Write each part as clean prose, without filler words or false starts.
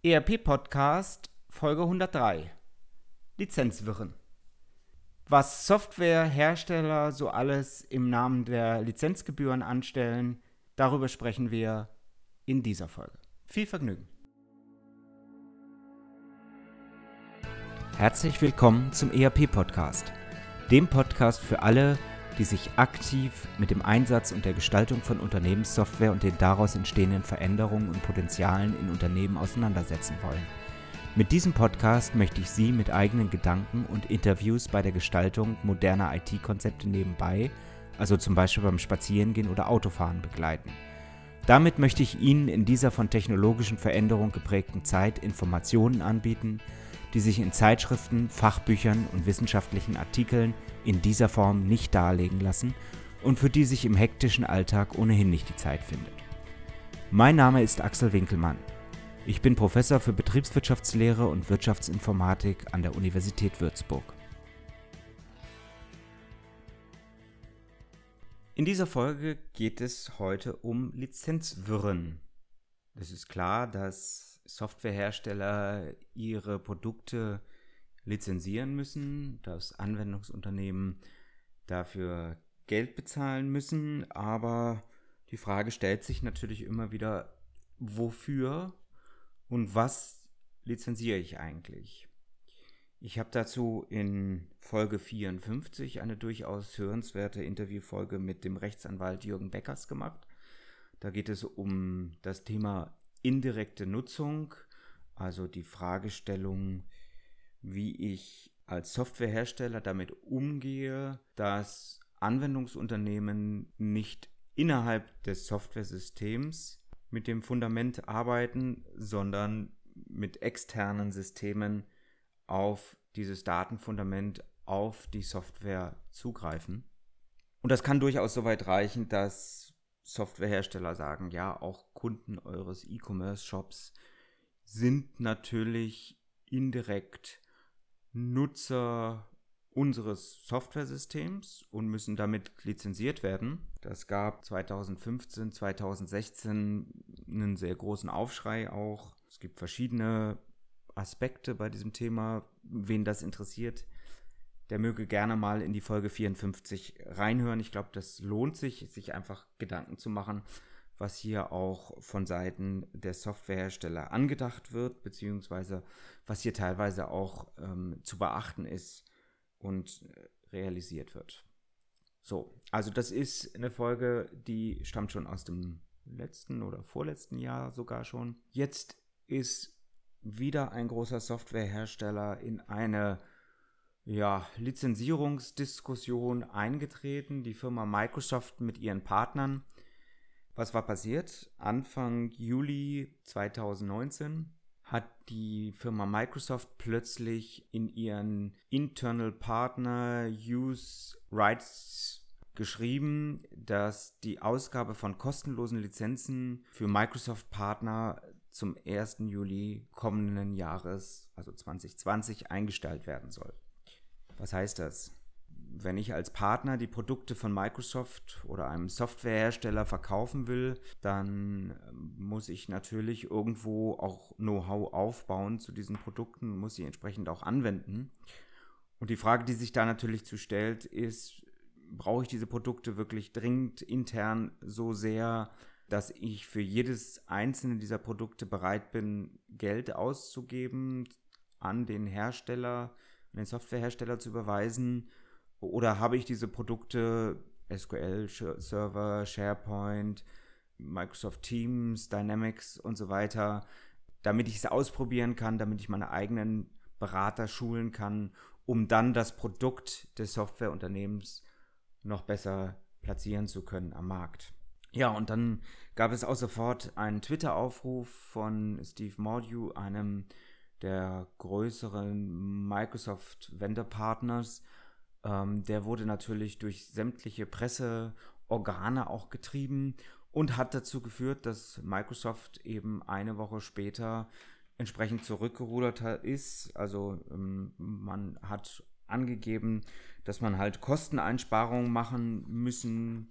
ERP-Podcast, Folge 103. Lizenzwirren. Was Softwarehersteller so alles im Namen der Lizenzgebühren anstellen, darüber sprechen wir in dieser Folge. Viel Vergnügen. Herzlich willkommen zum ERP-Podcast, dem Podcast für alle, die sich aktiv mit dem Einsatz und der Gestaltung von Unternehmenssoftware und den daraus entstehenden Veränderungen und Potenzialen in Unternehmen auseinandersetzen wollen. Mit diesem Podcast möchte ich Sie mit eigenen Gedanken und Interviews bei der Gestaltung moderner IT-Konzepte nebenbei, also zum Beispiel beim Spazierengehen oder Autofahren, begleiten. Damit möchte ich Ihnen in dieser von technologischen Veränderungen geprägten Zeit Informationen anbieten, die sich in Zeitschriften, Fachbüchern und wissenschaftlichen Artikeln in dieser Form nicht darlegen lassen und für die sich im hektischen Alltag ohnehin nicht die Zeit findet. Mein Name ist Axel Winkelmann. Ich bin Professor für Betriebswirtschaftslehre und Wirtschaftsinformatik an der Universität Würzburg. In dieser Folge geht es heute um Lizenzwirren. Es ist klar, dass Softwarehersteller ihre Produkte lizenzieren müssen, dass Anwendungsunternehmen dafür Geld bezahlen müssen, aber die Frage stellt sich natürlich immer wieder, wofür und was lizenziere ich eigentlich? Ich habe dazu in Folge 54 eine durchaus hörenswerte Interviewfolge mit dem Rechtsanwalt Jürgen Beckers gemacht. Da geht es um das Thema indirekte Nutzung, also die Fragestellung, wie ich als Softwarehersteller damit umgehe, dass Anwendungsunternehmen nicht innerhalb des Softwaresystems mit dem Fundament arbeiten, sondern mit externen Systemen auf dieses Datenfundament, auf die Software zugreifen. Und das kann durchaus so weit reichen, dass Softwarehersteller sagen, ja, auch Kunden eures E-Commerce-Shops sind natürlich indirekt Nutzer unseres Softwaresystems und müssen damit lizenziert werden. Das gab 2015, 2016 einen sehr großen Aufschrei auch. Es gibt verschiedene Aspekte bei diesem Thema. Wen das interessiert, der möge gerne mal in die Folge 54 reinhören. Ich glaube, das lohnt sich einfach Gedanken zu machen, was hier auch von Seiten der Softwarehersteller angedacht wird, beziehungsweise was hier teilweise auch zu beachten ist und realisiert wird. So, also das ist eine Folge, die stammt schon aus dem letzten oder vorletzten Jahr sogar schon. Jetzt ist wieder ein großer Softwarehersteller in eine Lizenzierungsdiskussion eingetreten, die Firma Microsoft mit ihren Partnern. Was war passiert? Anfang Juli 2019 hat die Firma Microsoft plötzlich in ihren Internal Partner Use Rights geschrieben, dass die Ausgabe von kostenlosen Lizenzen für Microsoft-Partner zum 1. Juli kommenden Jahres, also 2020, eingestellt werden soll. Was heißt das? Wenn ich als Partner die Produkte von Microsoft oder einem Softwarehersteller verkaufen will, dann muss ich natürlich irgendwo auch Know-how aufbauen zu diesen Produkten, muss sie entsprechend auch anwenden. Und die Frage, die sich da natürlich zu stellt, ist, brauche ich diese Produkte wirklich dringend intern so sehr, dass ich für jedes einzelne dieser Produkte bereit bin, Geld auszugeben, an den Hersteller, den Softwarehersteller zu überweisen, oder habe ich diese Produkte, SQL-Server, SharePoint, Microsoft Teams, Dynamics und so weiter, damit ich es ausprobieren kann, damit ich meine eigenen Berater schulen kann, um dann das Produkt des Softwareunternehmens noch besser platzieren zu können am Markt. Ja, und dann gab es auch sofort einen Twitter-Aufruf von Steve Mordew, einem der größeren Microsoft-Vendor-Partners. Der wurde natürlich durch sämtliche Presseorgane auch getrieben und hat dazu geführt, dass Microsoft eben eine Woche später entsprechend zurückgerudert ist. Also man hat angegeben, dass man halt Kosteneinsparungen machen müssen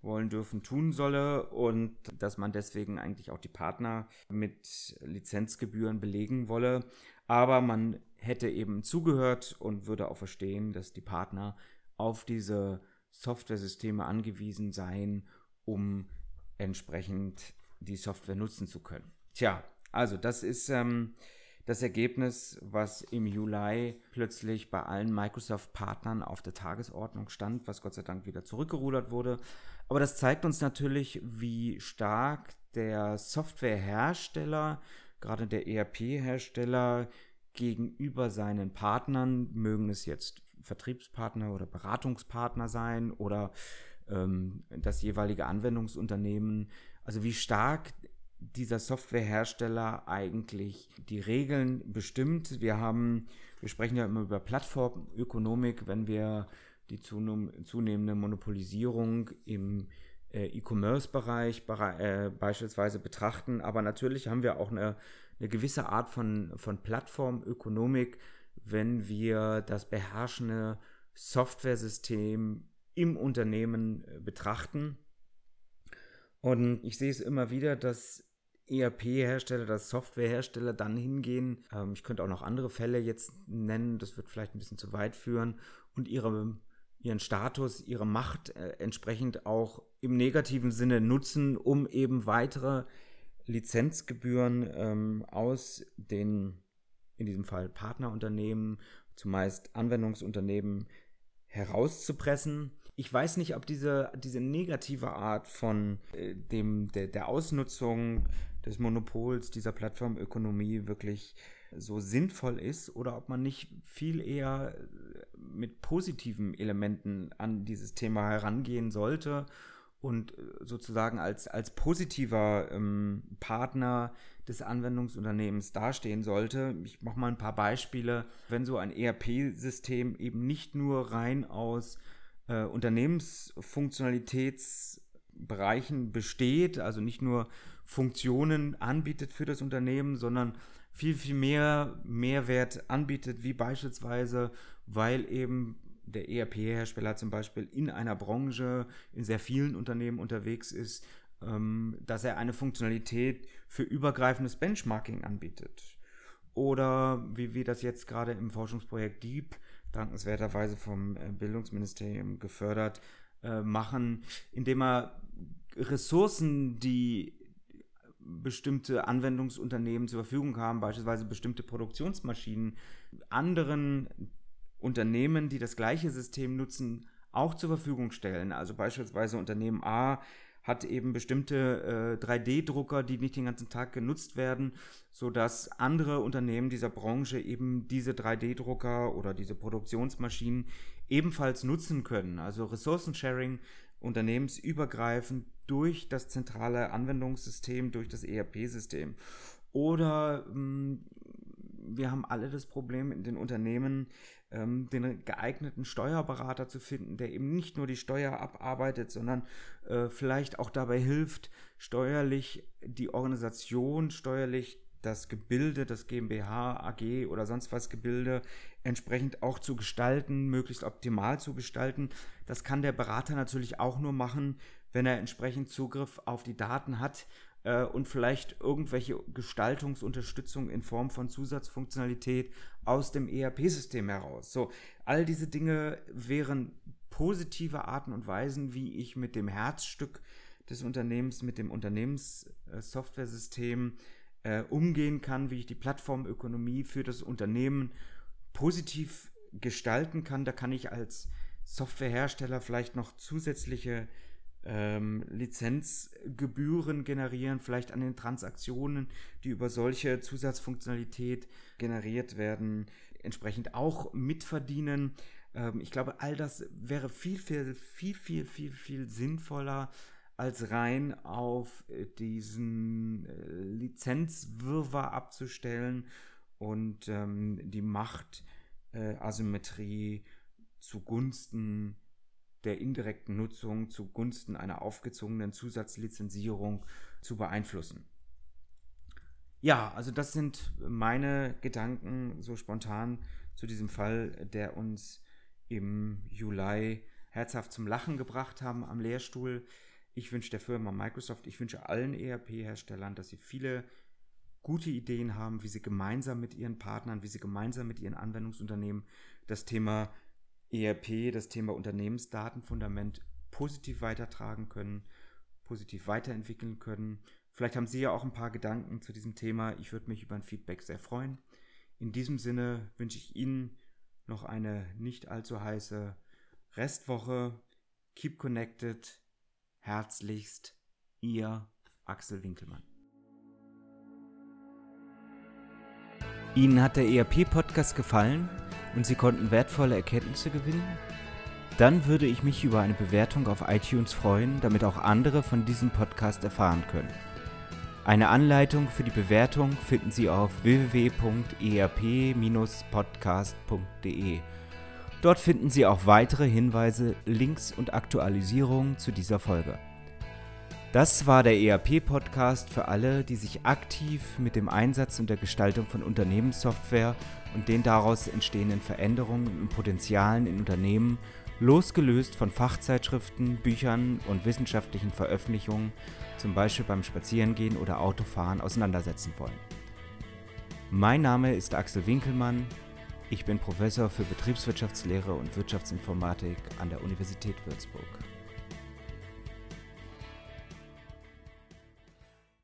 wollen, dürfen, tun solle und dass man deswegen eigentlich auch die Partner mit Lizenzgebühren belegen wolle. Aber man hätte eben zugehört und würde auch verstehen, dass die Partner auf diese Softwaresysteme angewiesen seien, um entsprechend die Software nutzen zu können. Tja, also das ist das Ergebnis, was im Juli plötzlich bei allen Microsoft-Partnern auf der Tagesordnung stand, was Gott sei Dank wieder zurückgerudert wurde. Aber das zeigt uns natürlich, wie stark der Softwarehersteller, gerade der ERP-Hersteller, gegenüber seinen Partnern, mögen es jetzt Vertriebspartner oder Beratungspartner sein oder das jeweilige Anwendungsunternehmen, also wie stark dieser Softwarehersteller eigentlich die Regeln bestimmt. Wir sprechen ja immer über Plattformökonomik, wenn wir die zunehmende Monopolisierung im E-Commerce-Bereich beispielsweise betrachten. Aber natürlich haben wir auch eine gewisse Art von Plattformökonomik, wenn wir das beherrschende Softwaresystem im Unternehmen betrachten. Und ich sehe es immer wieder, dass ERP-Hersteller, dass Softwarehersteller dann hingehen, ich könnte auch noch andere Fälle jetzt nennen, das wird vielleicht ein bisschen zu weit führen, und ihren Status, ihre Macht entsprechend auch im negativen Sinne nutzen, um eben weitere Lizenzgebühren aus den, in diesem Fall Partnerunternehmen, zumeist Anwendungsunternehmen, herauszupressen. Ich weiß nicht, ob diese negative Art von der Ausnutzung des Monopols dieser Plattformökonomie wirklich so sinnvoll ist oder ob man nicht viel eher mit positiven Elementen an dieses Thema herangehen sollte und sozusagen als positiver Partner des Anwendungsunternehmens dastehen sollte. Ich mache mal ein paar Beispiele. Wenn so ein ERP-System eben nicht nur rein aus Unternehmensfunktionalitätsbereichen besteht, also nicht nur Funktionen anbietet für das Unternehmen, sondern viel, viel mehr Mehrwert anbietet, wie beispielsweise, weil eben der ERP-Hersteller zum Beispiel in einer Branche, in sehr vielen Unternehmen unterwegs ist, dass er eine Funktionalität für übergreifendes Benchmarking anbietet. Oder wie wir das jetzt gerade im Forschungsprojekt DEEP, dankenswerterweise vom Bildungsministerium gefördert, machen, indem er Ressourcen, die bestimmte Anwendungsunternehmen zur Verfügung haben, beispielsweise bestimmte Produktionsmaschinen, anderen Unternehmen, die das gleiche System nutzen, auch zur Verfügung stellen. Also beispielsweise Unternehmen A hat eben bestimmte 3D-Drucker, die nicht den ganzen Tag genutzt werden, sodass andere Unternehmen dieser Branche eben diese 3D-Drucker oder diese Produktionsmaschinen ebenfalls nutzen können. Also Ressourcensharing unternehmensübergreifend durch das zentrale Anwendungssystem, durch das ERP-System. Oder wir haben alle das Problem in den Unternehmen, den geeigneten Steuerberater zu finden, der eben nicht nur die Steuer abarbeitet, sondern vielleicht auch dabei hilft, steuerlich die Organisation, steuerlich das Gebilde, das GmbH, AG oder sonst was Gebilde entsprechend auch zu gestalten, möglichst optimal zu gestalten. Das kann der Berater natürlich auch nur machen, wenn er entsprechend Zugriff auf die Daten hat und vielleicht irgendwelche Gestaltungsunterstützung in Form von Zusatzfunktionalität aus dem ERP-System heraus. So, all diese Dinge wären positive Arten und Weisen, wie ich mit dem Herzstück des Unternehmens, mit dem Unternehmenssoftwaresystem umgehen kann, wie ich die Plattformökonomie für das Unternehmen positiv gestalten kann. Da kann ich als Softwarehersteller vielleicht noch zusätzliche Lizenzgebühren generieren, vielleicht an den Transaktionen, die über solche Zusatzfunktionalität generiert werden, entsprechend auch mitverdienen. Ich glaube, all das wäre viel sinnvoller, als rein auf diesen Lizenzwirrwarr abzustellen und die Machtasymmetrie zugunsten der indirekten Nutzung, zugunsten einer aufgezwungenen Zusatzlizenzierung zu beeinflussen. Ja, also das sind meine Gedanken so spontan zu diesem Fall, der uns im Juli herzhaft zum Lachen gebracht haben am Lehrstuhl. Ich wünsche der Firma Microsoft, ich wünsche allen ERP-Herstellern, dass sie viele gute Ideen haben, wie sie gemeinsam mit ihren Partnern, wie sie gemeinsam mit ihren Anwendungsunternehmen das Thema ERP, das Thema Unternehmensdatenfundament positiv weitertragen können, positiv weiterentwickeln können. Vielleicht haben Sie ja auch ein paar Gedanken zu diesem Thema. Ich würde mich über ein Feedback sehr freuen. In diesem Sinne wünsche ich Ihnen noch eine nicht allzu heiße Restwoche. Keep connected. Herzlichst, Ihr Axel Winkelmann. Ihnen hat der ERP-Podcast gefallen und Sie konnten wertvolle Erkenntnisse gewinnen? Dann würde ich mich über eine Bewertung auf iTunes freuen, damit auch andere von diesem Podcast erfahren können. Eine Anleitung für die Bewertung finden Sie auf www.erp-podcast.de. Dort finden Sie auch weitere Hinweise, Links und Aktualisierungen zu dieser Folge. Das war der ERP-Podcast für alle, die sich aktiv mit dem Einsatz und der Gestaltung von Unternehmenssoftware und den daraus entstehenden Veränderungen und Potenzialen in Unternehmen, losgelöst von Fachzeitschriften, Büchern und wissenschaftlichen Veröffentlichungen, zum Beispiel beim Spazierengehen oder Autofahren, auseinandersetzen wollen. Mein Name ist Axel Winkelmann. Ich bin Professor für Betriebswirtschaftslehre und Wirtschaftsinformatik an der Universität Würzburg.